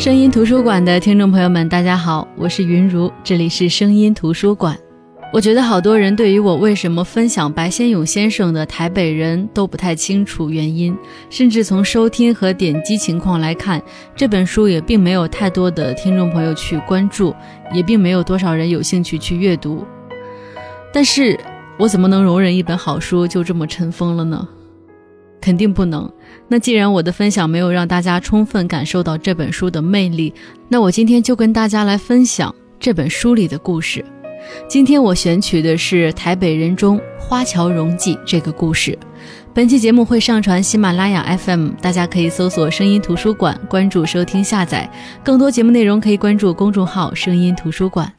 声音图书馆的听众朋友们，大家好，我是云如，这里是声音图书馆。我觉得好多人对于我为什么分享白先勇先生的《台北人》都不太清楚原因，甚至从收听和点击情况来看，这本书也并没有太多的听众朋友去关注，也并没有多少人有兴趣去阅读。但是我怎么能容忍一本好书就这么尘封了呢？肯定不能。那既然我的分享没有让大家充分感受到这本书的魅力，那我今天就跟大家来分享这本书里的故事。今天我选取的是《台北人》中花桥荣记这个故事。本期节目会上传喜马拉雅 FM， 大家可以搜索声音图书馆，关注收听下载。更多节目内容可以关注公众号声音图书馆。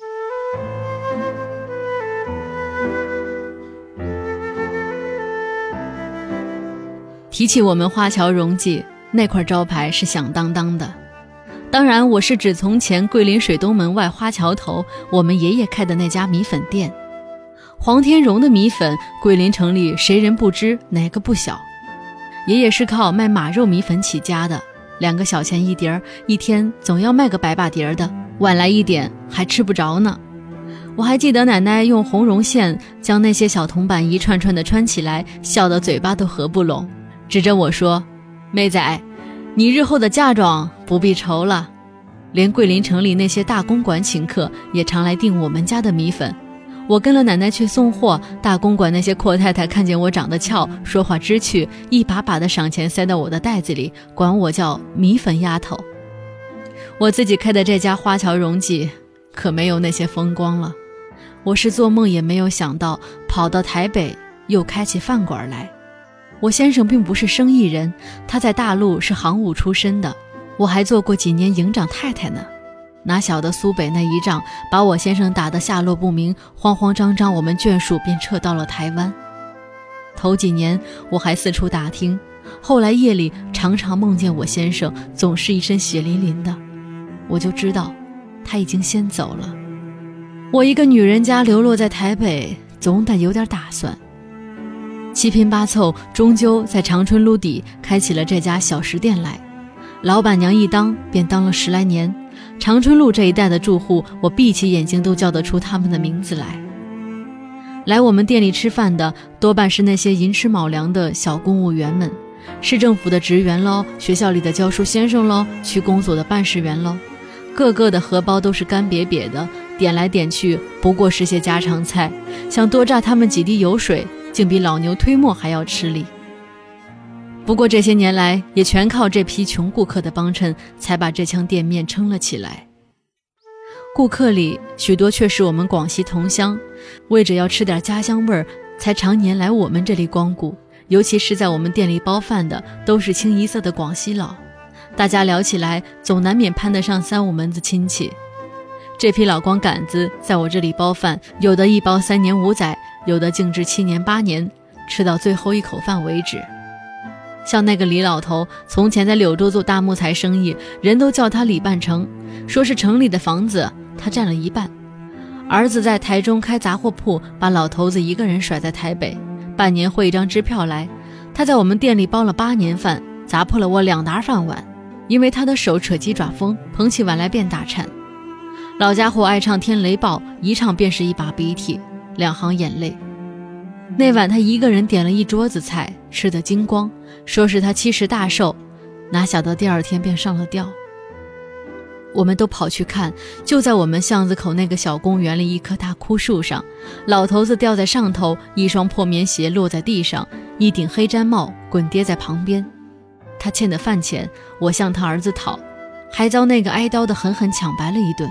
提起我们花桥荣记，那块招牌是响当当的。当然我是指从前桂林水东门外花桥头我们爷爷开的那家米粉店。黄天荣的米粉，桂林城里谁人不知，哪个不晓。爷爷是靠卖马肉米粉起家的，2个小钱一碟，一天总要卖个百把碟的，晚来一点还吃不着呢。我还记得奶奶用红绒线将那些小铜板一串串的穿起来，笑得嘴巴都合不拢，指着我说：“妹仔，你日后的嫁妆不必愁了。”连桂林城里那些大公馆请客也常来订我们家的米粉。我跟了奶奶去送货，大公馆那些阔太太看见我长得俏，说话知趣，一把把的赏钱塞到我的袋子里，管我叫米粉丫头。我自己开的这家花桥荣记可没有那些风光了。我是做梦也没有想到跑到台北又开起饭馆来。我先生并不是生意人，他在大陆是行伍出身的，我还做过几年营长太太呢。哪晓得苏北那一仗把我先生打得下落不明，慌慌张张我们眷属便撤到了台湾。头几年我还四处打听，后来夜里常常梦见我先生，总是一身血淋淋的，我就知道他已经先走了。我一个女人家流落在台北，总得有点打算。七拼八凑，终究在长春路底开起了这家小食店来。老板娘一当便当了10来年，长春路这一带的住户，我闭起眼睛都叫得出他们的名字来。来我们店里吃饭的多半是那些寅吃卯粮的小公务员们，市政府的职员咯，学校里的教书先生咯，区公所的办事员咯，个个的荷包都是干瘪瘪的，点来点去不过是些家常菜，想多榨他们几滴油水，竟比老牛推磨还要吃力。不过这些年来也全靠这批穷顾客的帮衬，才把这腔店面撑了起来。顾客里许多却是我们广西同乡，为着要吃点家乡味儿，才常年来我们这里光顾，尤其是在我们店里包饭的都是清一色的广西佬，大家聊起来总难免攀得上3、5门子亲戚。这批老光杆子在我这里包饭，有的一包3年5载，有的静置7年8年，吃到最后一口饭为止。像那个李老头，从前在柳州做大木材生意，人都叫他李半成，说是城里的房子他占了一半。儿子在台中开杂货铺，把老头子一个人甩在台北，半年汇一张支票来，他在我们店里包了8年饭，砸破了我2沓饭碗，因为他的手扯鸡爪风，捧起碗来便打颤。老家伙爱唱天雷暴，一唱便是一把鼻涕2行眼泪。那晚他一个人点了一桌子菜，吃得精光，说是他70大寿，哪晓得第2天便上了吊。我们都跑去看，就在我们巷子口那个小公园里一棵大枯树上，老头子吊在上头，一双破棉鞋落在地上，一顶黑毡帽滚跌在旁边。他欠的饭钱我向他儿子讨，还遭那个挨刀的狠狠抢白了一顿。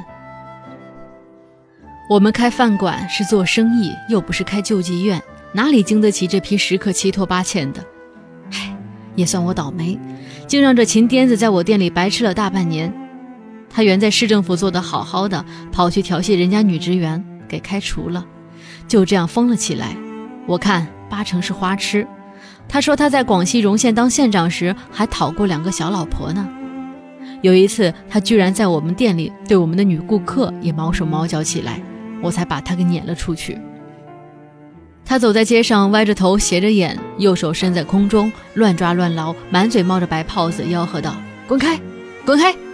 我们开饭馆是做生意，又不是开救济院，哪里经得起这批食客7拖8欠的。也算我倒霉，竟让这秦癫子在我店里白吃了大半年。他原在市政府做得好好的，跑去调戏人家女职员，给开除了，就这样疯了起来。我看8成是花痴。他说他在广西荣县当县长时还讨过2个小老婆呢。有一次他居然在我们店里对我们的女顾客也毛手毛脚起来，我才把他给撵了出去。他走在街上，歪着头斜着眼，右手伸在空中乱抓乱挠，满嘴冒着白泡子，吆喝道：“滚开滚开！”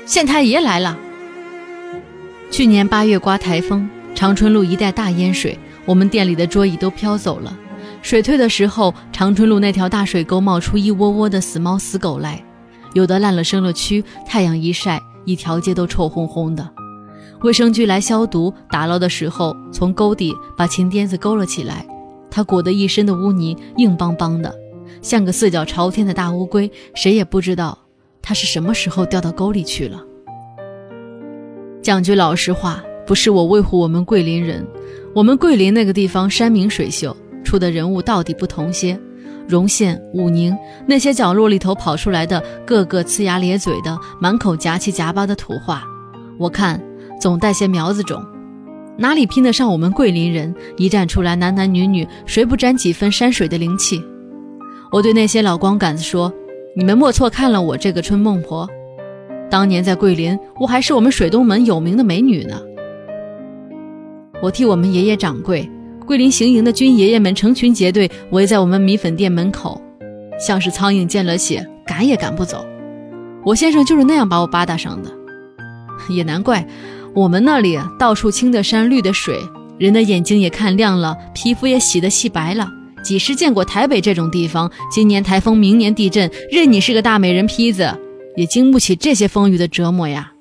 县太爷来了。去年8月刮台风，长春路一带大淹水，我们店里的桌椅都飘走了。水退的时候，长春路那条大水沟冒出一窝窝的死猫死狗来，有的烂了生了蛆，太阳一晒，一条街都臭烘烘的。卫生局来消毒打捞的时候，从沟底把秦颠子勾了起来，他裹得一身的污泥，硬邦邦的，像个四脚朝天的大乌龟，谁也不知道他是什么时候掉到沟里去了。讲句老实话，不是我维护我们桂林人，我们桂林那个地方山明水秀，出的人物到底不同些。荣县、武宁那些角落里头跑出来的个个呲牙咧嘴的，满口夹七夹八的土话，我看总带些苗子种，哪里拼得上我们桂林人？一站出来，男男女女谁不沾几分山水的灵气？我对那些老光杆子说，你们莫错看了我这个春孟婆，当年在桂林我还是我们水东门有名的美女呢。我替我们爷爷掌柜，桂林行营的军爷爷们成群结队围在我们米粉店门口，像是苍蝇见了血，赶也赶不走。我先生就是那样把我扒搭上的。也难怪，我们那里到处青的山绿的水，人的眼睛也看亮了，皮肤也洗得细白了。几时见过台北这种地方？今年台风，明年地震，任你是个大美人坯子，也经不起这些风雨的折磨呀。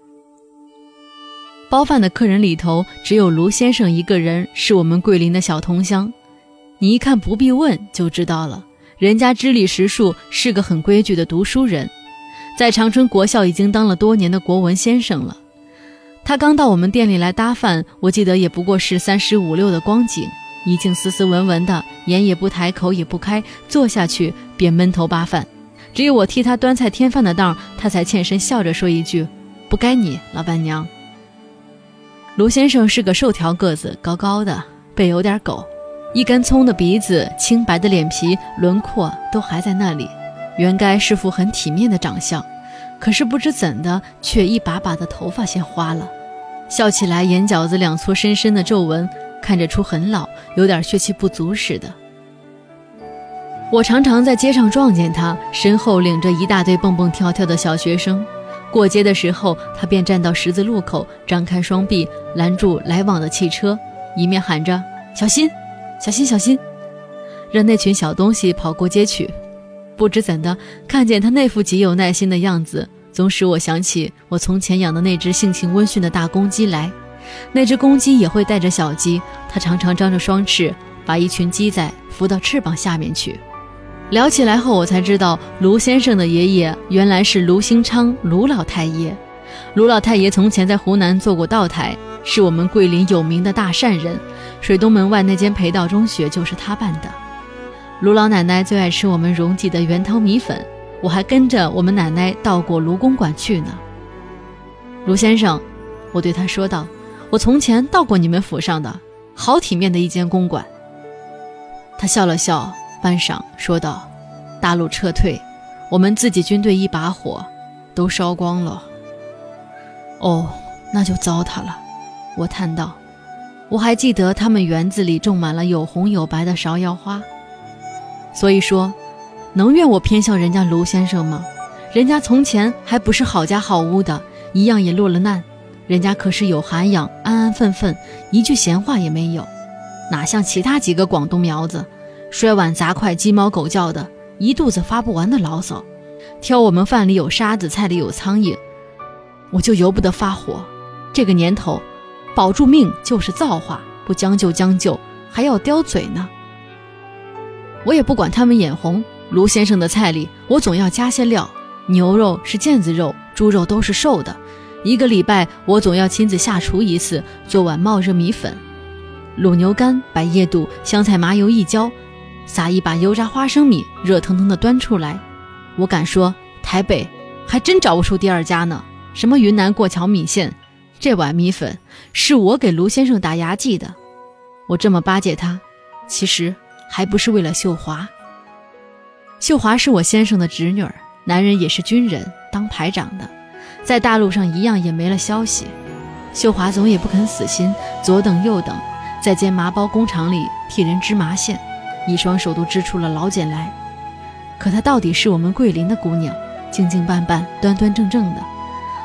包饭的客人里头，只有卢先生一个人是我们桂林的小同乡。你一看不必问就知道了，人家知礼识数，是个很规矩的读书人，在长春国校已经当了多年的国文先生了。他刚到我们店里来搭饭，我记得也不过是35、6的光景，一径斯斯文文的，眼也不抬，口也不开，坐下去便闷头扒饭。只有我替他端菜添饭的当，他才欠身笑着说一句，不该你，老板娘。卢先生是个瘦条个子，高高的，背有点狗，一根葱的鼻子，清白的脸皮，轮廓都还在那里，原该是副很体面的长相，可是不知怎的，却一把把的头发先花了，笑起来眼角子两撮深深的皱纹，看着出很老，有点血气不足似的。我常常在街上撞见他，身后领着一大堆蹦蹦跳跳的小学生。过街的时候，他便站到十字路口，张开双臂拦住来往的汽车，一面喊着小心小心小心，让那群小东西跑过街去。不知怎的，看见他那副极有耐心的样子，总使我想起我从前养的那只性情温驯的大公鸡来。那只公鸡也会带着小鸡，它常常张着双翅，把一群鸡仔扶到翅膀下面去。聊起来后，我才知道卢先生的爷爷原来是卢兴昌，卢老太爷。卢老太爷从前在湖南做过道台，是我们桂林有名的大善人，水东门外那间培道中学就是他办的。卢老奶奶最爱吃我们荣记的原汤米粉，我还跟着我们奶奶到过卢公馆去呢。卢先生，我对他说道，我从前到过你们府上的，好体面的一间公馆。他笑了笑，半晌说道，大陆撤退，我们自己军队一把火都烧光了。哦，那就糟蹋了，我叹道。我还记得他们园子里种满了有红有白的芍药花。所以说，能怨我偏向人家卢先生吗？人家从前还不是好家好屋的，一样也落了难，人家可是有涵养，安安分分，一句闲话也没有，哪像其他几个广东苗子，摔碗砸筷，鸡毛狗叫的，一肚子发不完的牢骚，挑我们饭里有沙子，菜里有苍蝇，我就由不得发火。这个年头，保住命就是造化，不将就将就，还要叼嘴呢。我也不管他们眼红，卢先生的菜里我总要加些料，牛肉是腱子肉，猪肉都是瘦的，一个礼拜我总要亲自下厨一次，做碗冒热米粉，卤牛肝，百叶肚，香菜麻油一浇，撒一把油炸花生米，热腾腾的端出来。我敢说台北还真找不出第二家呢，什么云南过桥米线，这碗米粉是我给卢先生打牙祭的。我这么巴结他，其实还不是为了秀华。秀华是我先生的侄女儿，男人也是军人，当排长的，在大陆上一样也没了消息。秀华总也不肯死心，左等右等，在间麻包工厂里替人织麻线，一双手都织出了老茧来。可她到底是我们桂林的姑娘，静静淡淡，端端正正的。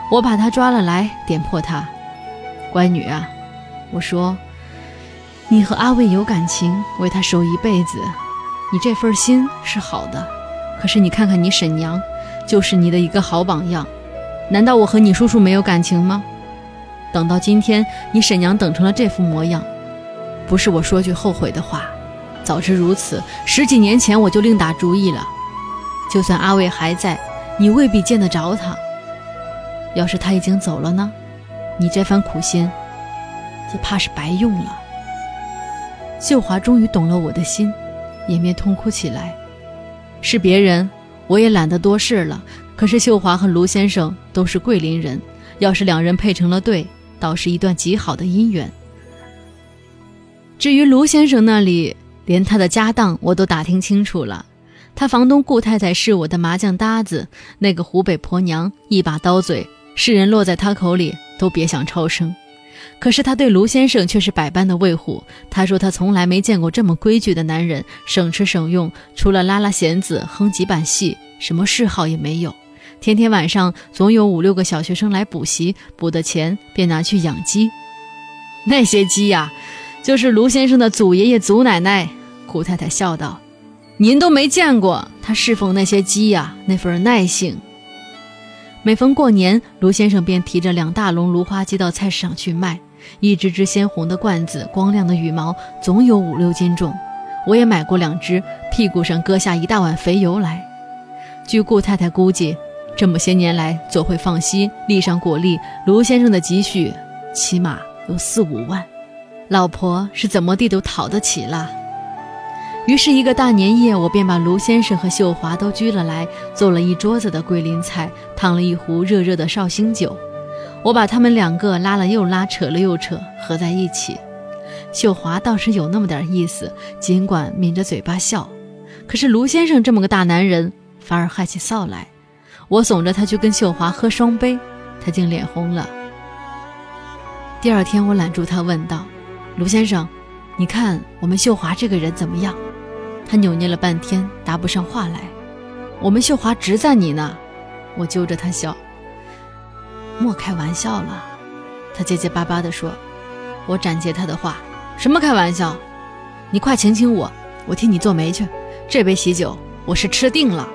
我把她抓了来，点破她：乖女啊，我说，你和阿卫有感情，为他守一辈子，你这份心是好的，可是你看看你婶娘，就是你的一个好榜样。难道我和你叔叔没有感情吗？等到今天你婶娘等成了这副模样，不是我说句后悔的话，早知如此，10几年前我就另打主意了。就算阿卫还在，你未必见得着他，要是他已经走了呢，你这番苦心也怕是白用了。秀华终于懂了我的心，掩面痛哭起来。是别人我也懒得多事了，可是秀华和卢先生都是桂林人，要是2人配成了对，倒是一段极好的姻缘。至于卢先生那里，连他的家当我都打听清楚了。他房东顾太太是我的麻将搭子，那个湖北婆娘一把刀嘴，世人落在他口里都别想超生。可是他对卢先生却是百般的维护，他说他从来没见过这么规矩的男人，省吃省用，除了拉拉弦子哼几板戏，什么嗜好也没有。天天晚上总有5、6个小学生来补习，补的钱便拿去养鸡。那些鸡呀，就是卢先生的祖爷爷祖奶奶。顾太太笑道，您都没见过他侍奉那些鸡呀，那份耐性。每逢过年，卢先生便提着2大笼芦花鸡到菜市场去卖，一只只鲜红的罐子，光亮的羽毛，总有5、6斤重。我也买过2只，屁股上搁下一大碗肥油来。据顾太太估计，这么些年来做会放息，立上果粒，卢先生的积蓄起码有4、5万，老婆是怎么地都讨得起了。于是一个大年夜，我便把卢先生和秀华都拘了来，做了一桌子的桂林菜，烫了一壶热热的绍兴酒。我把他们2个拉了又拉，扯了又扯，合在一起。秀华倒是有那么点意思，尽管抿着嘴巴笑，可是卢先生这么个大男人，反而害起臊来。我怂着他去跟秀华喝双杯，他竟脸红了。第2天我揽住他问道，卢先生，你看我们秀华这个人怎么样？他扭捏了半天，答不上话来。我们秀华直赞你呢。我揪着他笑，莫开玩笑了。他结结巴巴地说。我斩截他的话，什么开玩笑？你快请请我，我替你做媒去。这杯喜酒我是吃定了。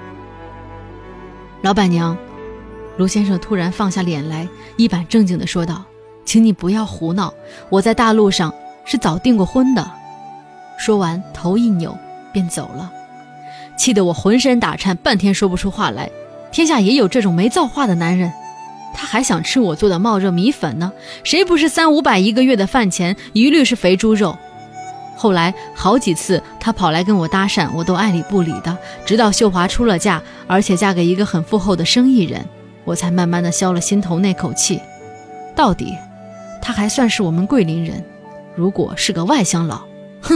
老板娘，卢先生突然放下脸来，一板正经地说道，请你不要胡闹，我在大陆上是早订过婚的。说完头一扭便走了，气得我浑身打颤，半天说不出话来。天下也有这种没造化的男人，他还想吃我做的冒热米粉呢，谁不是3、5百一个月的饭钱，一律是肥猪肉。后来好几次他跑来跟我搭讪，我都爱理不理的，直到秀华出了嫁，而且嫁给一个很富厚的生意人，我才慢慢的消了心头那口气。到底他还算是我们桂林人，如果是个外乡佬，哼。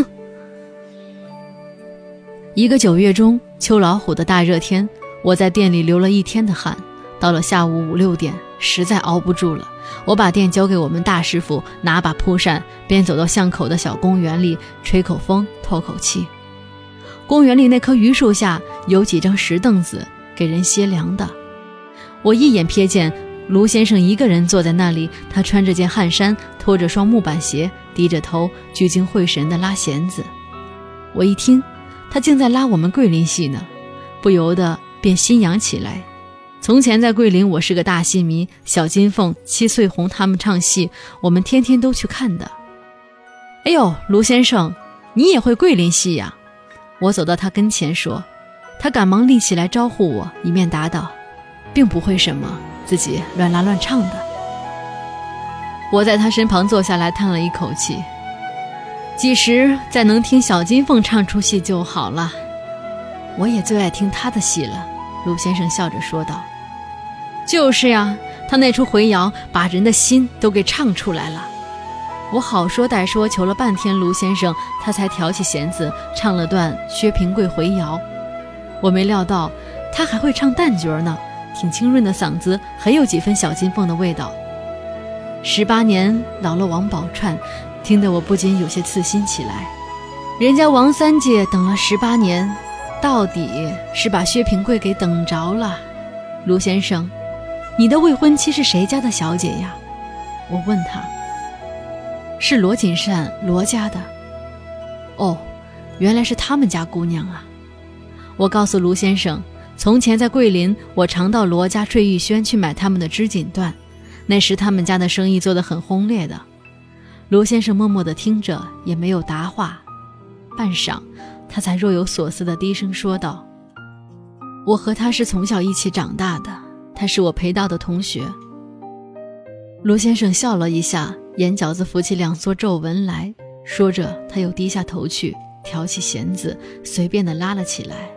一个9月中秋老虎的大热天，我在店里流了1天的汗，到了下午5、6点，实在熬不住了，我把店交给我们大师傅，拿把蒲扇，便走到巷口的小公园里，吹口风，透口气。公园里那棵榆树下有几张石凳子，给人歇凉的。我一眼瞥见卢先生一个人坐在那里，他穿着件汗衫，拖着双木板鞋，低着头，聚精会神地拉弦子。我一听他竟在拉我们桂林戏呢，不由得便心痒起来。从前在桂林我是个大戏迷，小金凤、戚穗红他们唱戏，我们天天都去看的。哎呦，卢先生，你也会桂林戏呀？我走到他跟前说。他赶忙立起来招呼我，一面答道，并不会什么，自己乱拉乱唱的。我在他身旁坐下来，叹了一口气，几时再能听小金凤唱出戏就好了。我也最爱听他的戏了，卢先生笑着说道。就是呀，他那出回谣把人的心都给唱出来了。我好说歹说求了半天卢先生，他才挑起弦子唱了段薛平贵回谣。我没料到他还会唱旦角呢，挺清润的嗓子，很有几分小金凤的味道。18年老了王宝钏，听得我不禁有些刺心起来。人家王三姐等了18年，到底是把薛平贵给等着了。卢先生， 你的未婚妻是谁家的小姐呀？我问他。是罗锦善罗家的。哦，原来是他们家姑娘啊。我告诉卢先生，从前在桂林，我常到罗家坠玉轩去买他们的织锦缎，那时他们家的生意做得很轰烈的。卢先生默默地听着，也没有答话。半晌，他才若有所思地低声说道：我和他是从小一起长大的，他是我陪到的同学。卢先生笑了一下，眼角子浮起两撮皱纹来，说着他又低下头去，挑起弦子，随便地拉了起来。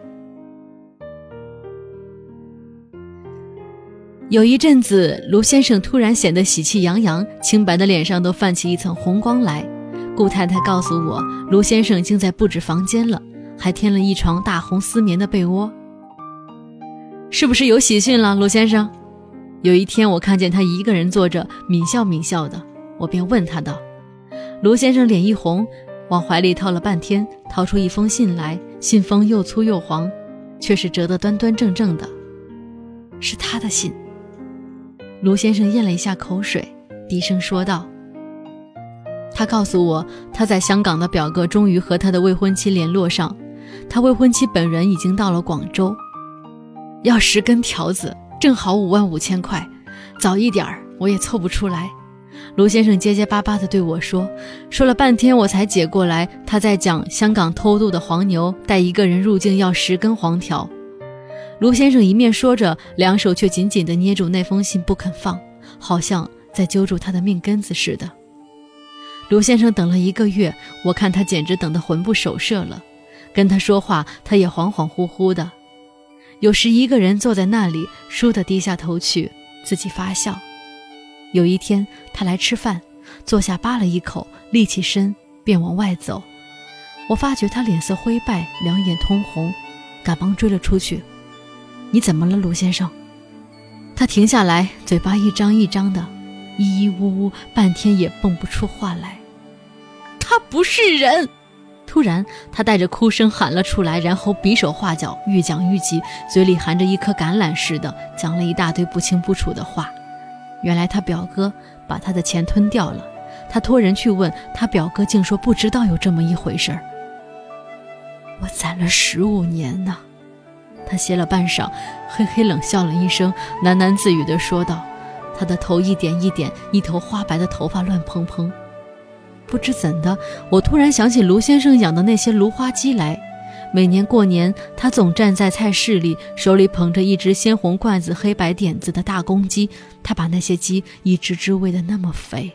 有一阵子，卢先生突然显得喜气洋洋，清白的脸上都泛起一层红光来。顾太太告诉我，卢先生竟在布置房间了，还添了一床大红丝棉的被窝。是不是有喜讯了，卢先生？有一天我看见他一个人坐着，抿笑抿笑的，我便问他道。卢先生脸一红，往怀里掏了半天，掏出一封信来，信封又粗又黄，却是折得端端正正的，是他的信。卢先生咽了一下口水，低声说道：他告诉我，他在香港的表哥终于和他的未婚妻联络上，他未婚妻本人已经到了广州，要10根条子，正好55000块，早一点我也凑不出来。卢先生结结巴巴地对我说了半天我才解过来，他在讲香港偷渡的黄牛带一个人入境要10根黄条。卢先生一面说着，两手却紧紧地捏住那封信不肯放，好像在揪住他的命根子似的。卢先生等了1个月，我看他简直等得魂不守舍了，跟他说话他也恍恍惚惚的，有时一个人坐在那里，倏地低下头去，自己发笑。有一天他来吃饭，坐下扒了一口，立起身便往外走。我发觉他脸色灰败，两眼通红，赶忙追了出去。你怎么了，卢先生？他停下来，嘴巴一张一张的，咿咿呜呜，半天也蹦不出话来。他不是人！突然他带着哭声喊了出来，然后比手画脚，愈讲愈急，嘴里含着一颗橄榄似的，讲了一大堆不清不楚的话。原来他表哥把他的钱吞掉了，他托人去问，他表哥竟说不知道有这么一回事儿。我攒了15年呢。他歇了半晌，嘿嘿冷笑了一声，喃喃自语地说道。他的头一点一点，一头花白的头发乱蓬蓬。不知怎的，我突然想起卢先生养的那些芦花鸡来。每年过年，他总站在菜市里，手里捧着一只鲜红罐子黑白点子的大公鸡，他把那些鸡一只只喂得那么肥。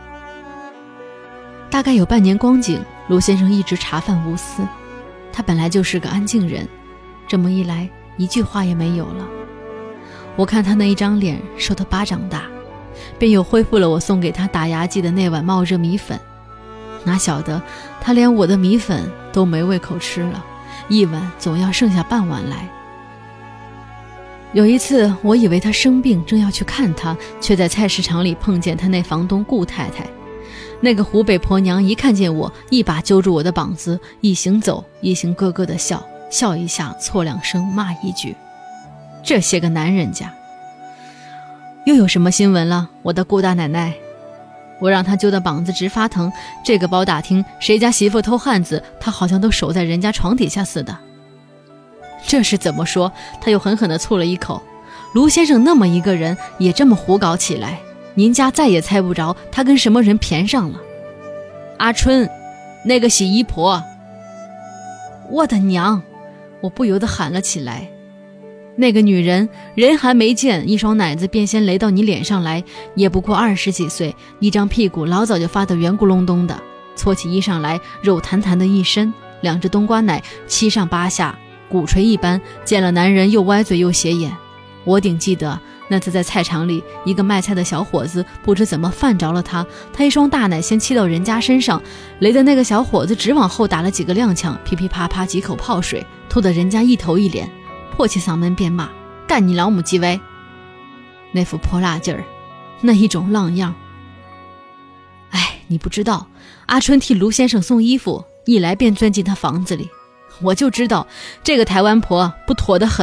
大概有半年光景，卢先生一直茶饭无私。他本来就是个安静人，这么一来，一句话也没有了。我看他那一张脸瘦得巴掌大，便又恢复了我送给他打牙祭的那碗冒热米粉。哪晓得他连我的米粉都没胃口吃了，一碗总要剩下半碗来。有一次我以为他生病，正要去看他，却在菜市场里碰见他那房东顾太太。那个湖北婆娘一看见我，一把揪住我的膀子，一行走一行咯咯地笑，笑一下错2声，骂一句：这些个男人家。又有什么新闻了，我的顾大奶奶？我让他揪的膀子直发疼，这个包打听谁家媳妇偷汉子，他好像都守在人家床底下似的。这是怎么说？他又狠狠地啐了一口。卢先生那么一个人也这么胡搞起来，您家再也猜不着他跟什么人谝上了。阿春，那个洗衣婆。我的娘！我不由得喊了起来。那个女人，人还没见，一双奶子便先擂到你脸上来，也不过20几岁，一张屁股老早就发得圆咕隆咚的，搓起衣裳来，肉弹弹的一身，2只冬瓜奶7上8下，鼓槌一般，见了男人又歪嘴又斜眼。我顶记得那次在菜场里，一个卖菜的小伙子不知怎么犯着了他一双大奶先踢到人家身上，擂得那个小伙子直往后打了几个踉跄，噼噼啪啪几口泡水，吐得人家一头一脸，破起嗓门便骂：干你老母鸡威！那副泼辣劲儿，那一种浪样。哎，你不知道，阿春替卢先生送衣服，一来便钻进他房子里，我就知道这个台湾婆不妥得很。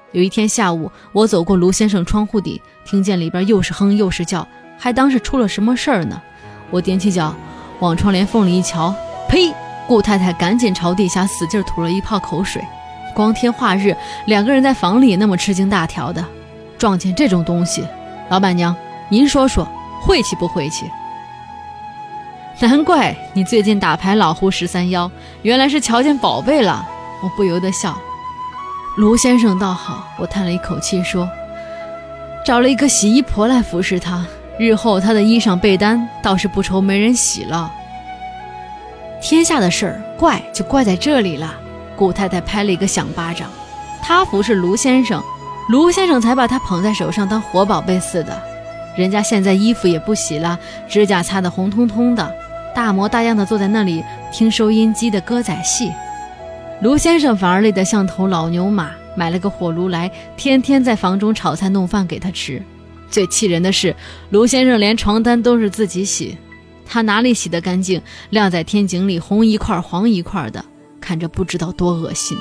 有一天下午，我走过卢先生窗户底，听见里边又是哼又是叫，还当是出了什么事儿呢。我踮起脚往窗帘缝里一瞧，呸！顾太太赶紧朝地下死劲吐了一泡口水。光天化日，两个人在房里那么吃惊大条的，撞见这种东西，老板娘您说说晦气不晦气？难怪你最近打牌老胡13幺，原来是瞧见宝贝了。我不由得笑。卢先生倒好，我叹了一口气说，找了一个洗衣婆来服侍他，日后他的衣裳被单倒是不愁没人洗了。天下的事儿怪就怪在这里了。顾太太拍了一个响巴掌，他服侍卢先生，卢先生才把他捧在手上当活宝贝似的。人家现在衣服也不洗了，指甲擦得红彤彤的，大模大样的坐在那里听收音机的歌仔戏。卢先生反而累得像头老牛马，买了个火炉来，天天在房中炒菜弄饭给他吃。最气人的是，卢先生连床单都是自己洗，他哪里洗得干净，晾在天井里红一块黄一块的，看着不知道多恶心。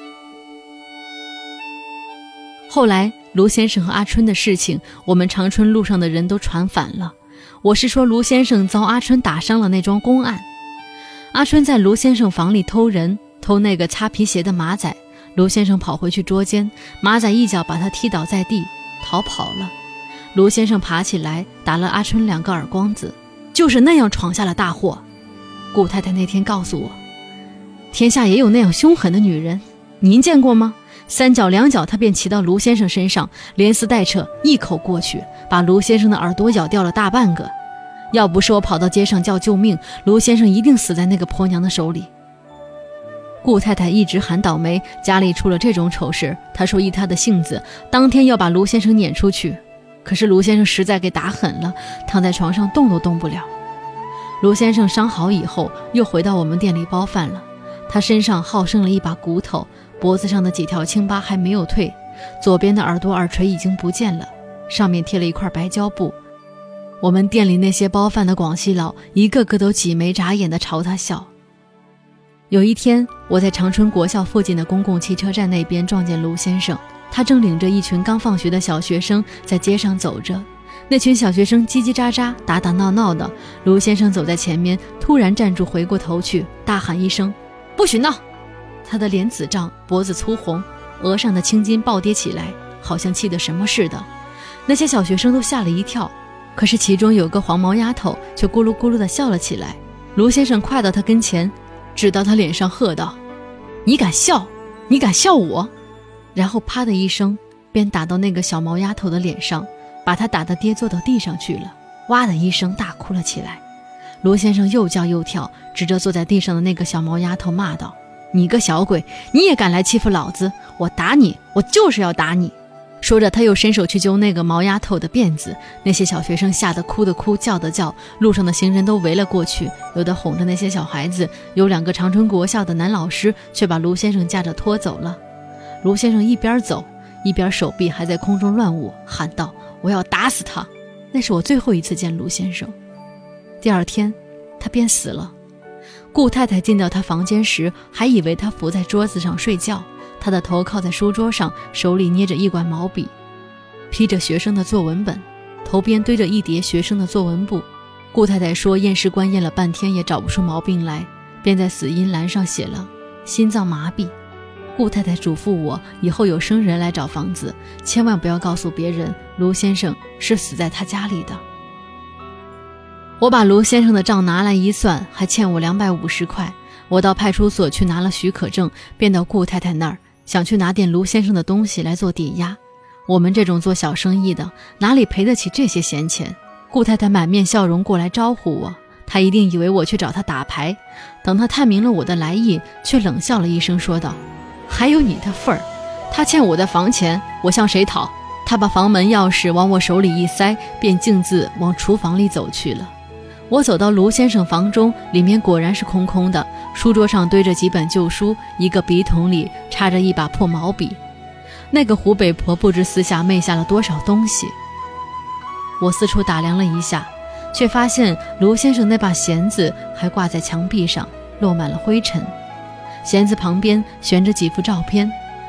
后来卢先生和阿春的事情，我们长春路上的人都传反了。我是说卢先生遭阿春打伤了那桩公案。阿春在卢先生房里偷人，偷那个擦皮鞋的马仔，卢先生跑回去捉奸，马仔一脚把他踢倒在地，逃跑了。卢先生爬起来打了阿春2个耳光子，就是那样闯下了大祸。顾太太那天告诉我，天下也有那样凶狠的女人，您见过吗？3脚2脚他便骑到卢先生身上，连撕带扯一口过去，把卢先生的耳朵咬掉了大半个。要不是我跑到街上叫救命，卢先生一定死在那个婆娘的手里。顾太太一直喊倒霉，家里出了这种丑事，她说依她的性子，当天要把卢先生撵出去。可是卢先生实在给打狠了，躺在床上动都动不了。卢先生伤好以后，又回到我们店里包饭了。他身上好剩了一把骨头，脖子上的几条青疤还没有退，左边的耳朵耳垂已经不见了，上面贴了一块白胶布。我们店里那些包饭的广西佬一个个都挤眉眨眼地朝他笑。有一天，我在长春国校附近的公共汽车站那边撞见卢先生，他正领着一群刚放学的小学生在街上走着。那群小学生叽叽喳喳打打闹闹的，卢先生走在前面，突然站住，回过头去大喊一声，不许闹！他的脸紫胀，脖子粗红，额上的青筋暴跌起来，好像气得什么似的。那些小学生都吓了一跳，可是其中有个黄毛丫头却咕噜咕噜地笑了起来。卢先生快到他跟前，指到他脸上喝道，你敢笑？你敢笑我？然后啪的一声便打到那个小毛丫头的脸上，把她打得跌坐到地上去了，哇的一声大哭了起来。卢先生又叫又跳，指着坐在地上的那个小毛丫头骂道，你个小鬼，你也敢来欺负老子，我打你，我就是要打你。说着他又伸手去揪那个毛丫头的辫子，那些小学生吓得哭的哭，叫的叫，路上的行人都围了过去，有的哄着那些小孩子，有2个长春国校的男老师却把卢先生架着拖走了。卢先生一边走一边手臂还在空中乱舞，喊道，我要打死他。那是我最后一次见卢先生。第2天他便死了。顾太太进到他房间时，还以为他伏在桌子上睡觉，他的头靠在书桌上，手里捏着一管毛笔，披着学生的作文本，头边堆着一叠学生的作文簿。顾太太说验尸官验了半天也找不出毛病来，便在死因栏上写了心脏麻痹。顾太太嘱咐我，以后有生人来找房子，千万不要告诉别人卢先生是死在他家里的。我把卢先生的账拿来一算，还欠我250块。我到派出所去拿了许可证，便到顾太太那儿，想去拿点卢先生的东西来做抵押。我们这种做小生意的，哪里赔得起这些闲钱？顾太太满面笑容过来招呼我，她一定以为我去找她打牌。等她探明了我的来意，却冷笑了一声，说道，还有你的份儿，他欠我的房钱，我向谁讨？他把房门钥匙往我手里一塞，便径自往厨房里走去了。我走到卢先生房中，里面果然是空空的，书桌上堆着几本旧书，一个笔筒里插着一把破毛笔。那个湖北婆不知私下昧下了多少东西。我四处打量了一下，却发现卢先生那把弦子还挂在墙壁上，落满了灰尘。弦子旁边悬着几幅照片，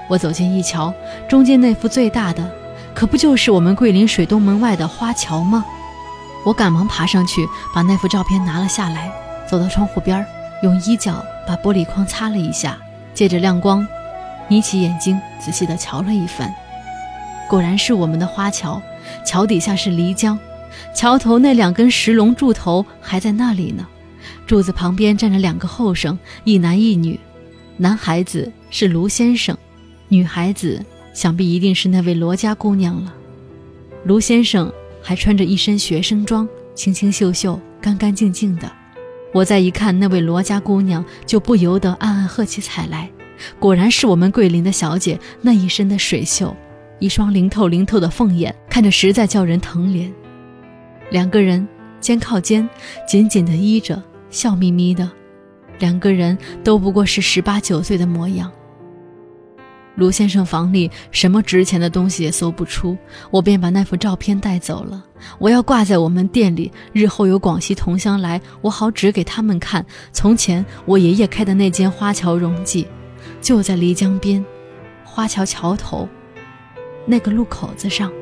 我走近一瞧，中间那幅最大的可不就是我们桂林水东门外的花桥吗？我赶忙爬上去把那幅照片拿了下来，走到窗户边，用衣角把玻璃框擦了一下，借着亮光眯起眼睛仔细地瞧了一番。果然是我们的花桥，桥底下是漓江，桥头那2根石龙柱头还在那里呢，柱子旁边站着2个后生，一男一女，男孩子是卢先生，女孩子想必一定是那位罗家姑娘了。卢先生还穿着一身学生装，清清秀秀，干干净净的。我再一看那位罗家姑娘，就不由得暗暗喝起彩来，果然是我们桂林的小姐，那一身的水袖，一双灵透灵透的凤眼，看着实在叫人疼怜。2个人肩靠肩，紧紧地依着，笑眯眯的，2个人都不过是18、19岁的模样。卢先生房里什么值钱的东西也搜不出，我便把那幅照片带走了，我要挂在我们店里，日后有广西同乡来，我好指给他们看，从前我爷爷开的那间花桥荣记就在漓江边，花桥桥头那个路口子上。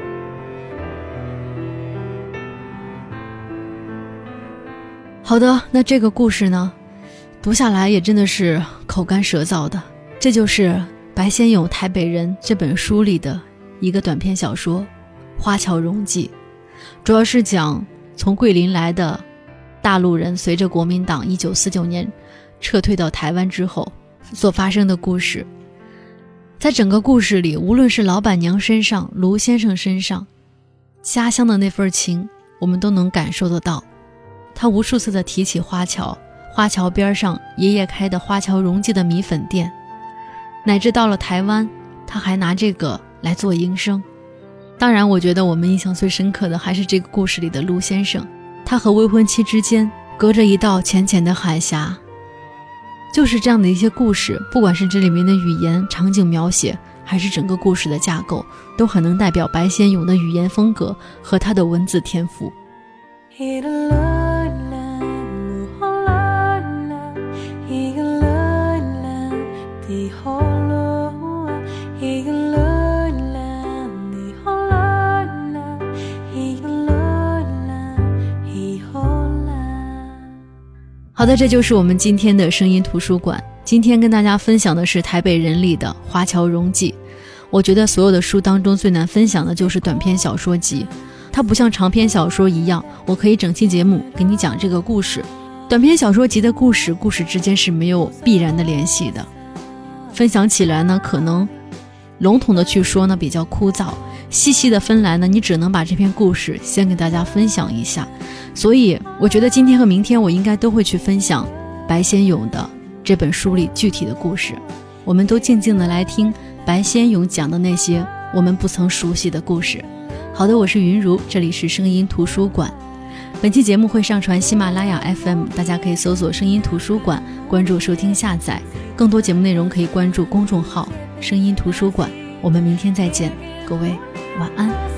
好的，那这个故事呢，读下来也真的是口干舌燥的。这就是白先勇《台北人》这本书里的一个短篇小说《花桥荣记》，主要是讲从桂林来的大陆人随着国民党1949年撤退到台湾之后所发生的故事。在整个故事里，无论是老板娘身上，卢先生身上，家乡的那份情我们都能感受得到。他无数次地提起花桥，花桥边上爷爷开的花桥荣记的米粉店，乃至到了台湾他还拿这个来做营生。当然我觉得我们印象最深刻的还是这个故事里的卢先生，他和未婚妻之间隔着一道浅浅的海峡。就是这样的一些故事，不管是这里面的语言场景描写，还是整个故事的架构，都很能代表白先勇的语言风格和他的文字天赋。好的，这就是我们今天的声音图书馆。今天跟大家分享的是台北人里的花桥荣记。我觉得所有的书当中最难分享的就是短篇小说集，它不像长篇小说一样，我可以整期节目给你讲这个故事。短篇小说集的故事之间是没有必然的联系的，分享起来呢，可能笼统的去说呢比较枯燥，细细的分来呢，你只能把这篇故事先给大家分享一下。所以我觉得今天和明天我应该都会去分享白先勇的这本书里具体的故事，我们都静静的来听白先勇讲的那些我们不曾熟悉的故事。好的，我是云如，这里是声音图书馆。本期节目会上传喜马拉雅 FM， 大家可以搜索声音图书馆，关注收听下载。更多节目内容可以关注公众号声音图书馆。我们明天再见，各位晚安。